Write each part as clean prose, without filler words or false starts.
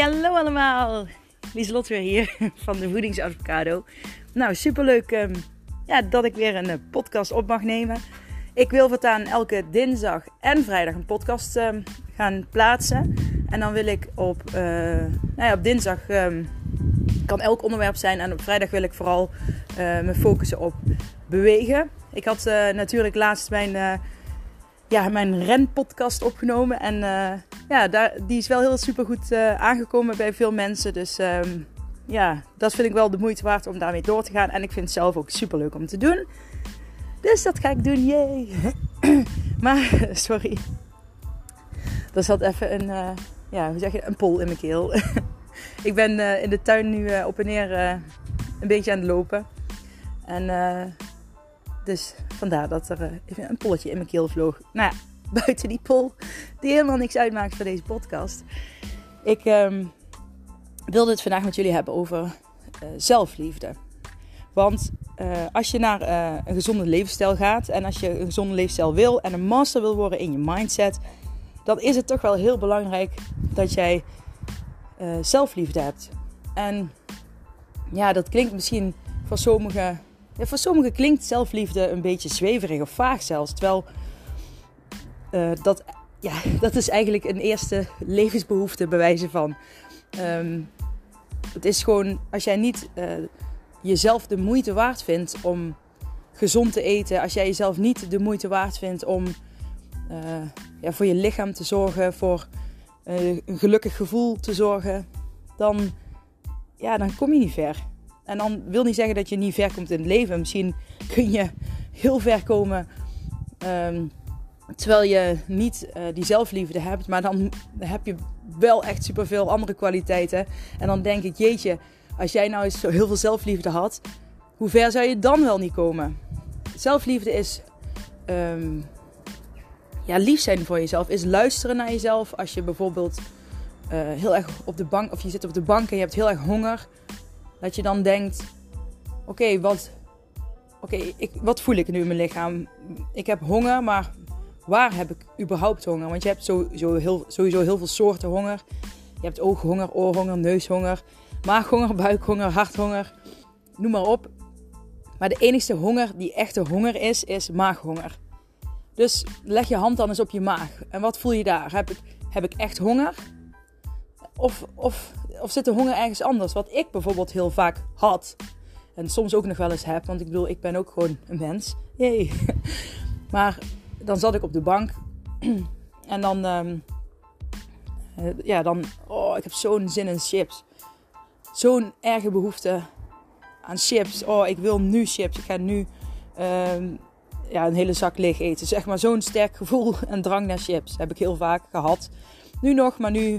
Hallo allemaal. Lieselot weer hier van de Voedingsavocado. Nou, superleuk dat ik weer een podcast op mag nemen. Ik wil voortaan elke dinsdag en vrijdag een podcast gaan plaatsen. En dan wil ik op dinsdag kan elk onderwerp zijn. En op vrijdag wil ik vooral me focussen op bewegen. Ik had natuurlijk laatst mijn renpodcast opgenomen. En die is wel heel supergoed aangekomen bij veel mensen. Dus dat vind ik wel de moeite waard om daarmee door te gaan. En ik vind het zelf ook superleuk om te doen. Dus dat ga ik doen, yay! Maar, sorry. Er zat even een pol in mijn keel. Ik ben in de tuin nu op en neer een beetje aan het lopen. En dus vandaar dat er even een polletje in mijn keel vloog. Nou ja, buiten die pol, die helemaal niks uitmaakt voor deze podcast. Ik wilde het vandaag met jullie hebben over zelfliefde. Want als je naar een gezonde levensstijl gaat en als je een gezonde levensstijl wil en een master wil worden in je mindset, dan is het toch wel heel belangrijk dat jij zelfliefde hebt. En ja, dat klinkt misschien voor sommigen... Ja, voor sommigen klinkt zelfliefde een beetje zweverig of vaag zelfs. Terwijl dat is eigenlijk een eerste levensbehoefte bij wijze van. Het is gewoon, als jij niet jezelf de moeite waard vindt om gezond te eten. Als jij jezelf niet de moeite waard vindt om voor je lichaam te zorgen. Voor een gelukkig gevoel te zorgen. Dan kom je niet ver. En dan wil niet zeggen dat je niet ver komt in het leven. Misschien kun je heel ver komen terwijl je niet die zelfliefde hebt. Maar dan heb je wel echt superveel andere kwaliteiten. En dan denk ik, jeetje, als jij nou eens zo heel veel zelfliefde had, hoe ver zou je dan wel niet komen? Zelfliefde is lief zijn voor jezelf. Is luisteren naar jezelf. Als je bijvoorbeeld heel erg op de bank, of je zit op de bank en je hebt heel erg honger. Dat je dan denkt, wat voel ik nu in mijn lichaam? Ik heb honger, maar waar heb ik überhaupt honger? Want je hebt sowieso heel veel soorten honger. Je hebt ooghonger, oorhonger, neushonger, maaghonger, buikhonger, harthonger. Noem maar op. Maar de enige honger die echte honger is maaghonger. Dus leg je hand dan eens op je maag. En wat voel je daar? Heb ik echt honger? Of zit de honger ergens anders? Wat ik bijvoorbeeld heel vaak had. En soms ook nog wel eens heb. Want ik bedoel, ik ben ook gewoon een mens. Yay. Maar dan zat ik op de bank. En dan... ik heb zo'n zin in chips. Zo'n erge behoefte aan chips. Oh, ik wil nu chips. Ik ga nu een hele zak leeg eten. Zeg maar zo'n sterk gevoel en drang naar chips. Heb ik heel vaak gehad. Nu nog, maar nu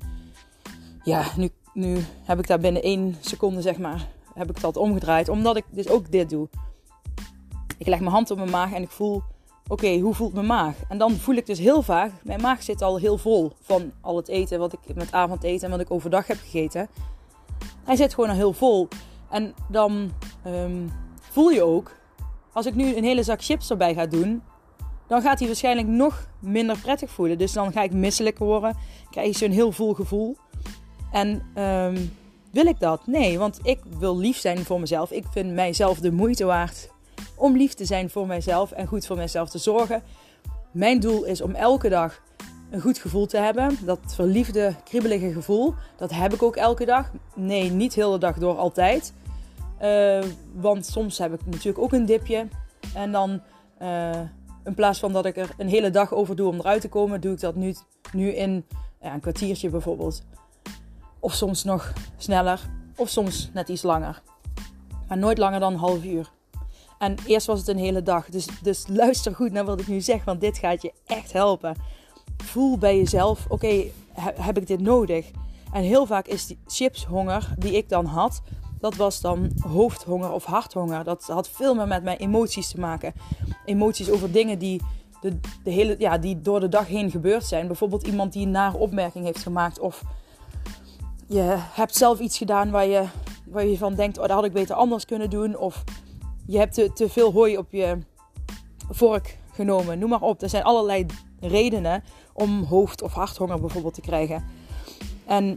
heb ik daar binnen 1 seconde, zeg maar, heb ik dat omgedraaid. Omdat ik dus ook dit doe. Ik leg mijn hand op mijn maag en ik voel, hoe voelt mijn maag? En dan voel ik dus heel vaak, mijn maag zit al heel vol van al het eten wat ik met avondeten en wat ik overdag heb gegeten. Hij zit gewoon al heel vol. En dan voel je ook, als ik nu een hele zak chips erbij ga doen, dan gaat hij waarschijnlijk nog minder prettig voelen. Dus dan ga ik misselijker worden, krijg ik zo'n heel vol gevoel. En wil ik dat? Nee, want ik wil lief zijn voor mezelf. Ik vind mijzelf de moeite waard om lief te zijn voor mijzelf en goed voor mijzelf te zorgen. Mijn doel is om elke dag een goed gevoel te hebben. Dat verliefde, kribbelige gevoel, dat heb ik ook elke dag. Nee, niet heel de dag door, altijd. Want soms heb ik natuurlijk ook een dipje. En dan, in plaats van dat ik er een hele dag over doe om eruit te komen, doe ik dat nu in een kwartiertje bijvoorbeeld. Of soms nog sneller. Of soms net iets langer. Maar nooit langer dan een half uur. En eerst was het een hele dag. Dus luister goed naar wat ik nu zeg. Want dit gaat je echt helpen. Voel bij jezelf. Heb ik dit nodig? En heel vaak is die chipshonger die ik dan had. Dat was dan hoofdhonger of harthonger. Dat had veel meer met mijn emoties te maken. Emoties over dingen die die door de dag heen gebeurd zijn. Bijvoorbeeld iemand die een nare opmerking heeft gemaakt. Of je hebt zelf iets gedaan waar je van denkt, dat had ik beter anders kunnen doen. Of je hebt te veel hooi op je vork genomen. Noem maar op. Er zijn allerlei redenen om hoofd- of harthonger bijvoorbeeld te krijgen. En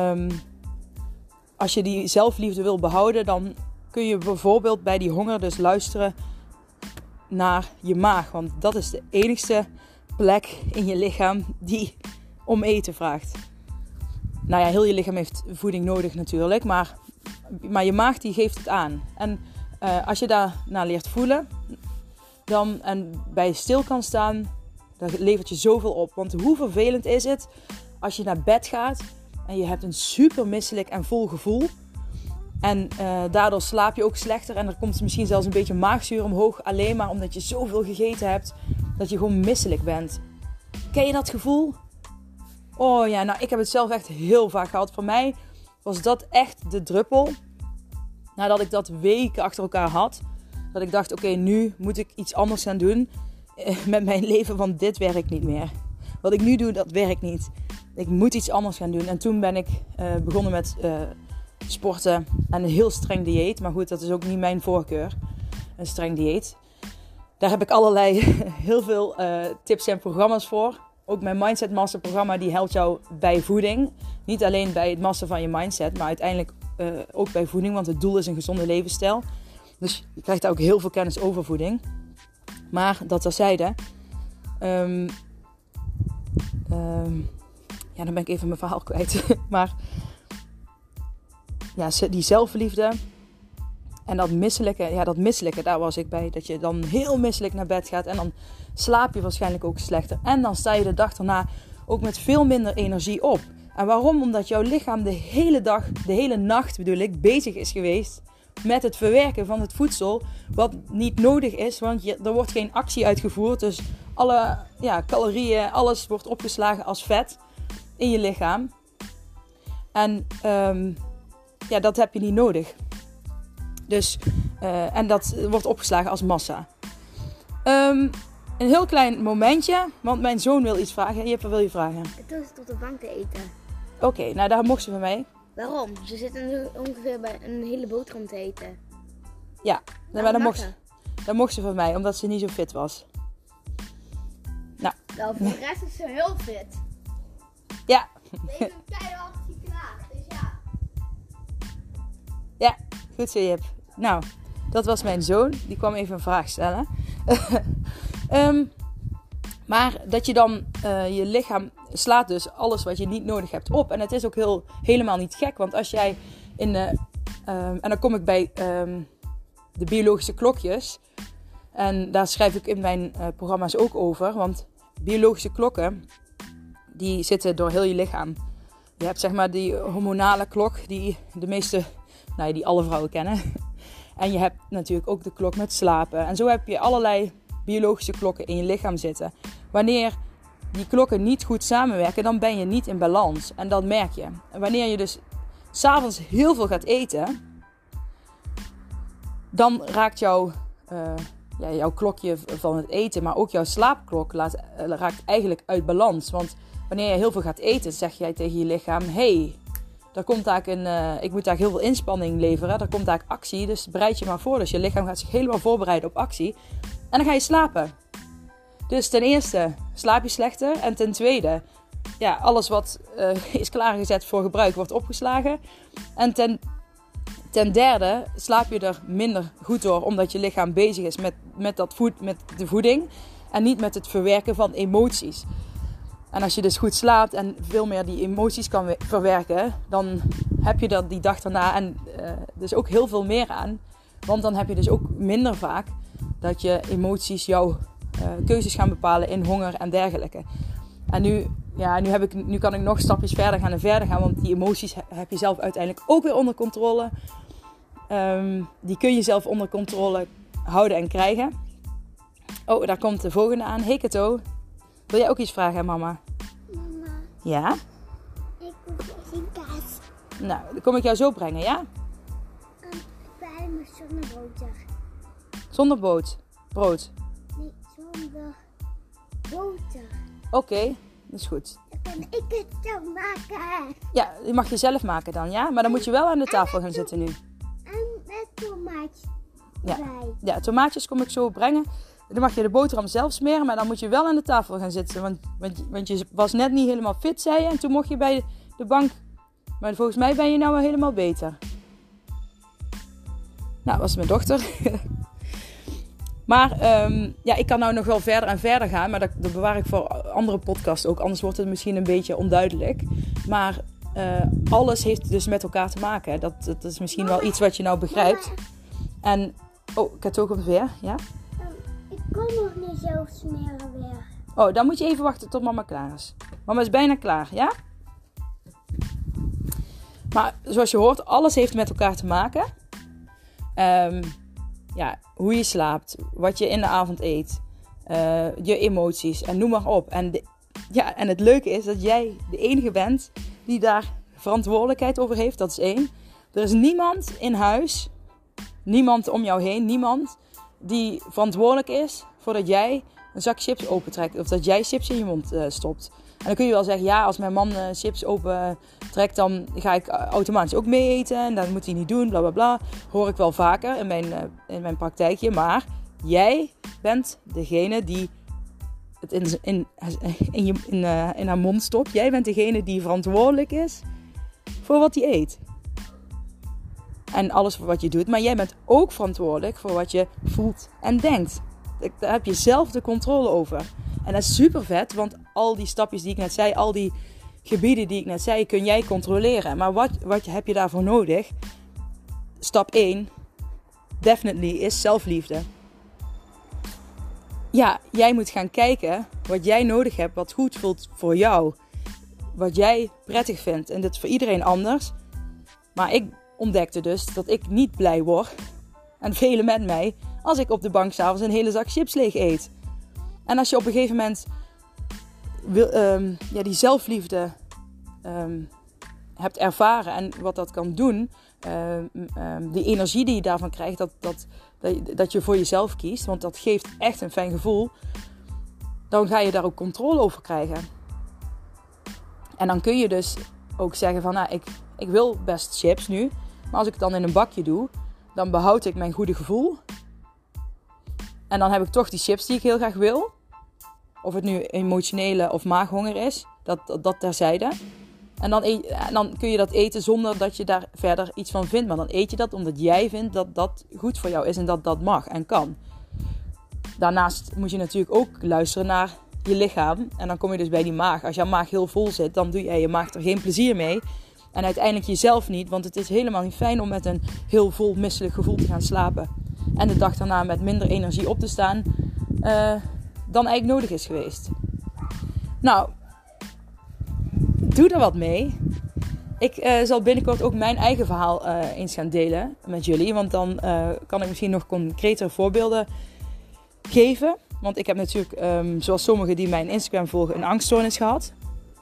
als je die zelfliefde wil behouden, dan kun je bijvoorbeeld bij die honger dus luisteren naar je maag. Want dat is de enigste plek in je lichaam die om eten vraagt. Nou ja, heel je lichaam heeft voeding nodig natuurlijk, maar je maag die geeft het aan. En als je daarna leert voelen en bij stil kan staan, dan levert je zoveel op. Want hoe vervelend is het als je naar bed gaat en je hebt een super misselijk en vol gevoel. En daardoor slaap je ook slechter en er komt misschien zelfs een beetje maagzuur omhoog. Alleen maar omdat je zoveel gegeten hebt dat je gewoon misselijk bent. Ken je dat gevoel? Oh ja, nou ik heb het zelf echt heel vaak gehad. Voor mij was dat echt de druppel. Nadat ik dat weken achter elkaar had. Dat ik dacht, oké, nu moet ik iets anders gaan doen met mijn leven. Want dit werkt niet meer. Wat ik nu doe, dat werkt niet. Ik moet iets anders gaan doen. En toen ben ik begonnen met sporten en een heel streng dieet. Maar goed, dat is ook niet mijn voorkeur. Een streng dieet. Daar heb ik allerlei heel veel tips en programma's voor. Ook mijn Mindset Master programma, die helpt jou bij voeding. Niet alleen bij het masteren van je mindset, maar uiteindelijk ook bij voeding. Want het doel is een gezonde levensstijl. Dus je krijgt daar ook heel veel kennis over voeding. Maar dat terzijde. Ja, dan ben ik even mijn verhaal kwijt. Maar ja, die zelfliefde en dat misselijke, daar was ik bij. Dat je dan heel misselijk naar bed gaat en dan slaap je waarschijnlijk ook slechter. En dan sta je de dag daarna ook met veel minder energie op. En waarom? Omdat jouw lichaam de hele dag, de hele nacht bedoel ik, bezig is geweest met het verwerken van het voedsel wat niet nodig is. Want er wordt geen actie uitgevoerd. Dus alle calorieën, alles wordt opgeslagen als vet in je lichaam. En dat heb je niet nodig. Dus, en dat wordt opgeslagen als massa. Een heel klein momentje, want mijn zoon wil iets vragen. Jeppe, wil je vragen? Het is op de bank te eten. Oké, nou daar mocht ze van mij. Waarom? Ze zitten nu ongeveer bij een hele boterham te eten. Ja, maar dan mocht ze van mij, omdat ze niet zo fit was. Nou, voor de rest is ze heel fit. Ja. Deze een keihard klaar, dus ja. Ja, goed zo Jip. Nou, dat was mijn zoon. Die kwam even een vraag stellen. Maar dat je dan, je lichaam slaat dus alles wat je niet nodig hebt op. En het is ook helemaal niet gek. Want als jij en dan kom ik bij de biologische klokjes. En daar schrijf ik in mijn programma's ook over. Want biologische klokken, die zitten door heel je lichaam. Je hebt zeg maar die hormonale klok die de meeste, die alle vrouwen kennen. En je hebt natuurlijk ook de klok met slapen. En zo heb je allerlei biologische klokken in je lichaam zitten. Wanneer die klokken niet goed samenwerken, dan ben je niet in balans. En dat merk je. En wanneer je dus 's avonds heel veel gaat eten, dan raakt jouw klokje van het eten, maar ook jouw slaapklok raakt eigenlijk uit balans. Want wanneer je heel veel gaat eten, zeg jij tegen je lichaam, ik moet eigenlijk heel veel inspanning leveren. Er komt eigenlijk actie, dus bereid je maar voor. Dus je lichaam gaat zich helemaal voorbereiden op actie. En dan ga je slapen. Dus ten eerste slaap je slechter. En ten tweede, alles wat is klaargezet voor gebruik wordt opgeslagen. En ten derde slaap je er minder goed door. Omdat je lichaam bezig is met de voeding. En niet met het verwerken van emoties. En als je dus goed slaapt en veel meer die emoties kan verwerken, dan heb je er die dag daarna en dus ook heel veel meer aan. Want dan heb je dus ook minder vaak dat je emoties jouw keuzes gaan bepalen in honger en dergelijke. En nu kan ik nog stapjes verder gaan, want die emoties heb je zelf uiteindelijk ook weer onder controle. Die kun je zelf onder controle houden en krijgen. Oh, daar komt de volgende aan. Hey Kato. Wil jij ook iets vragen aan mama? Mama. Ja? Ik wil geen kaas. Nou, dan kom ik jou zo brengen, ja? Bij me zonder boter. Zonder brood? Nee, zonder boter. Oké, dat is goed. Dan kan ik het zo maken. Ja, die mag je zelf maken dan, ja? Maar dan moet je wel aan de tafel gaan zitten nu. En met tomaatjes erbij. Ja, tomaatjes kom ik zo brengen. Dan mag je de boterham zelf smeren, maar dan moet je wel aan de tafel gaan zitten. Want je was net niet helemaal fit, zei je. En toen mocht je bij de bank. Maar volgens mij ben je nou wel helemaal beter. Nou, dat was mijn dochter. Maar ik kan nou nog wel verder en verder gaan. Maar dat bewaar ik voor andere podcasts ook. Anders wordt het misschien een beetje onduidelijk. Maar alles heeft dus met elkaar te maken. Dat is misschien wel iets wat je nou begrijpt. En, ik heb het ook op weer, ja? Ik kon nog niet zelf smeren weer. Oh, dan moet je even wachten tot mama klaar is. Mama is bijna klaar, ja? Maar zoals je hoort, alles heeft met elkaar te maken. Hoe je slaapt, wat je in de avond eet, je emoties en noem maar op. En het leuke is dat jij de enige bent die daar verantwoordelijkheid over heeft. Dat is 1. Er is niemand in huis, niemand om jou heen, niemand die verantwoordelijk is voordat jij een zak chips opentrekt of dat jij chips in je mond stopt. En dan kun je wel zeggen, ja, als mijn man chips opentrekt, dan ga ik automatisch ook mee eten. En dat moet hij niet doen, bla bla bla. Hoor ik wel vaker in mijn praktijkje. Maar jij bent degene die het in haar mond stopt. Jij bent degene die verantwoordelijk is voor wat hij eet. En alles voor wat je doet. Maar jij bent ook verantwoordelijk voor wat je voelt en denkt. Daar heb je zelf de controle over. En dat is super vet, want al die stapjes die ik net zei, al die gebieden die ik net zei, kun jij controleren. Maar wat heb je daarvoor nodig? Stap 1, definitely, is zelfliefde. Ja, jij moet gaan kijken wat jij nodig hebt, wat goed voelt voor jou. Wat jij prettig vindt. En dat is voor iedereen anders. Maar ik ontdekte dus dat ik niet blij word, en velen met mij, als ik op de bank 's avonds een hele zak chips leeg eet. En als je op een gegeven moment die zelfliefde hebt ervaren en wat dat kan doen, die energie die je daarvan krijgt, dat je voor jezelf kiest, want dat geeft echt een fijn gevoel, dan ga je daar ook controle over krijgen. En dan kun je dus ook zeggen van, ik wil best chips nu, maar als ik het dan in een bakje doe, dan behoud ik mijn goede gevoel. En dan heb ik toch die chips die ik heel graag wil. Of het nu emotionele of maaghonger is. Dat terzijde. En dan kun je dat eten zonder dat je daar verder iets van vindt. Maar dan eet je dat omdat jij vindt dat dat goed voor jou is. En dat dat mag en kan. Daarnaast moet je natuurlijk ook luisteren naar je lichaam. En dan kom je dus bij die maag. Als jouw maag heel vol zit, dan doe jij je maag er geen plezier mee. En uiteindelijk jezelf niet. Want het is helemaal niet fijn om met een heel vol misselijk gevoel te gaan slapen. En de dag daarna met minder energie op te staan dan eigenlijk nodig is geweest. Nou, doe er wat mee. Ik zal binnenkort ook mijn eigen verhaal eens gaan delen met jullie. Want dan kan ik misschien nog concretere voorbeelden geven. Want ik heb natuurlijk, zoals sommigen die mijn Instagram volgen, een angststoornis gehad.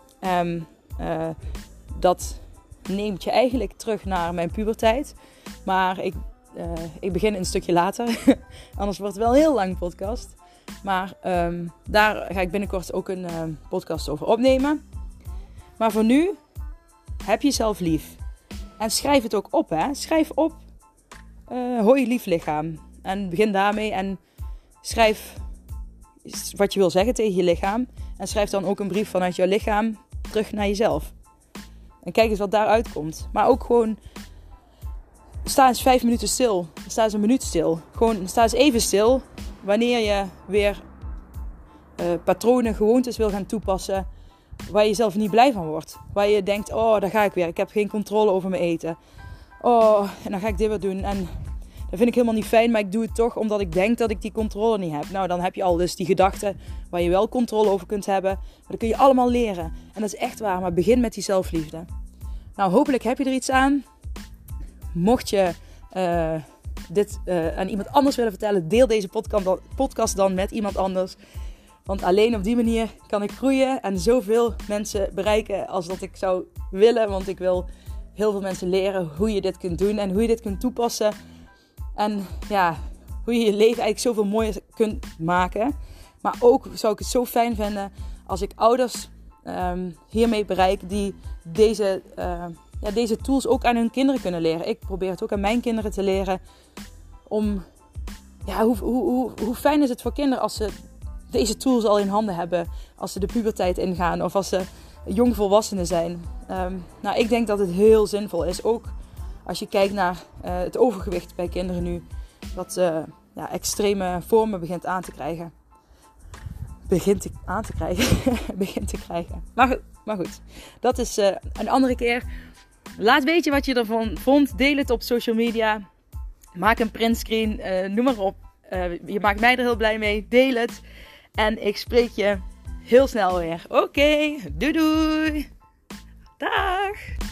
Dat neemt je eigenlijk terug naar mijn puberteit. Maar ik begin een stukje later. Anders wordt het wel een heel lang podcast. Maar daar ga ik binnenkort ook een podcast over opnemen. Maar voor nu, heb jezelf lief. En schrijf het ook op, hè. Schrijf op, hoi lief lichaam. En begin daarmee en schrijf wat je wil zeggen tegen je lichaam. En schrijf dan ook een brief vanuit jouw lichaam terug naar jezelf. En kijk eens wat daaruit komt. Maar ook gewoon, sta eens 5 minuten stil. Sta eens een minuut stil. Gewoon, sta eens even stil wanneer je weer patronen, gewoontes wil gaan toepassen waar je zelf niet blij van wordt. Waar je denkt, oh, daar ga ik weer. Ik heb geen controle over mijn eten. Oh, en dan ga ik dit weer doen. En dat vind ik helemaal niet fijn, maar ik doe het toch omdat ik denk dat ik die controle niet heb. Nou, dan heb je al dus die gedachten waar je wel controle over kunt hebben. Maar dat kun je allemaal leren. En dat is echt waar, maar begin met die zelfliefde. Nou, hopelijk heb je er iets aan. Mocht je dit aan iemand anders willen vertellen, deel deze podcast dan met iemand anders. Want alleen op die manier kan ik groeien en zoveel mensen bereiken als dat ik zou willen. Want ik wil heel veel mensen leren hoe je dit kunt doen en hoe je dit kunt toepassen. En ja, hoe je je leven eigenlijk zoveel mooier kunt maken. Maar ook zou ik het zo fijn vinden als ik ouders hiermee bereik die deze tools ook aan hun kinderen kunnen leren. Ik probeer het ook aan mijn kinderen te leren. Hoe fijn is het voor kinderen als ze deze tools al in handen hebben. Als ze de puberteit ingaan of als ze jongvolwassenen zijn. Nou, ik denk dat het heel zinvol is. Ook als je kijkt naar het overgewicht bij kinderen nu. Dat extreme vormen begint te krijgen. Maar goed, dat is een andere keer. Laat weten wat je ervan vond. Deel het op social media. Maak een printscreen. Noem maar op. Je maakt mij er heel blij mee. Deel het. En ik spreek je heel snel weer. Oké, doei doei. Dag.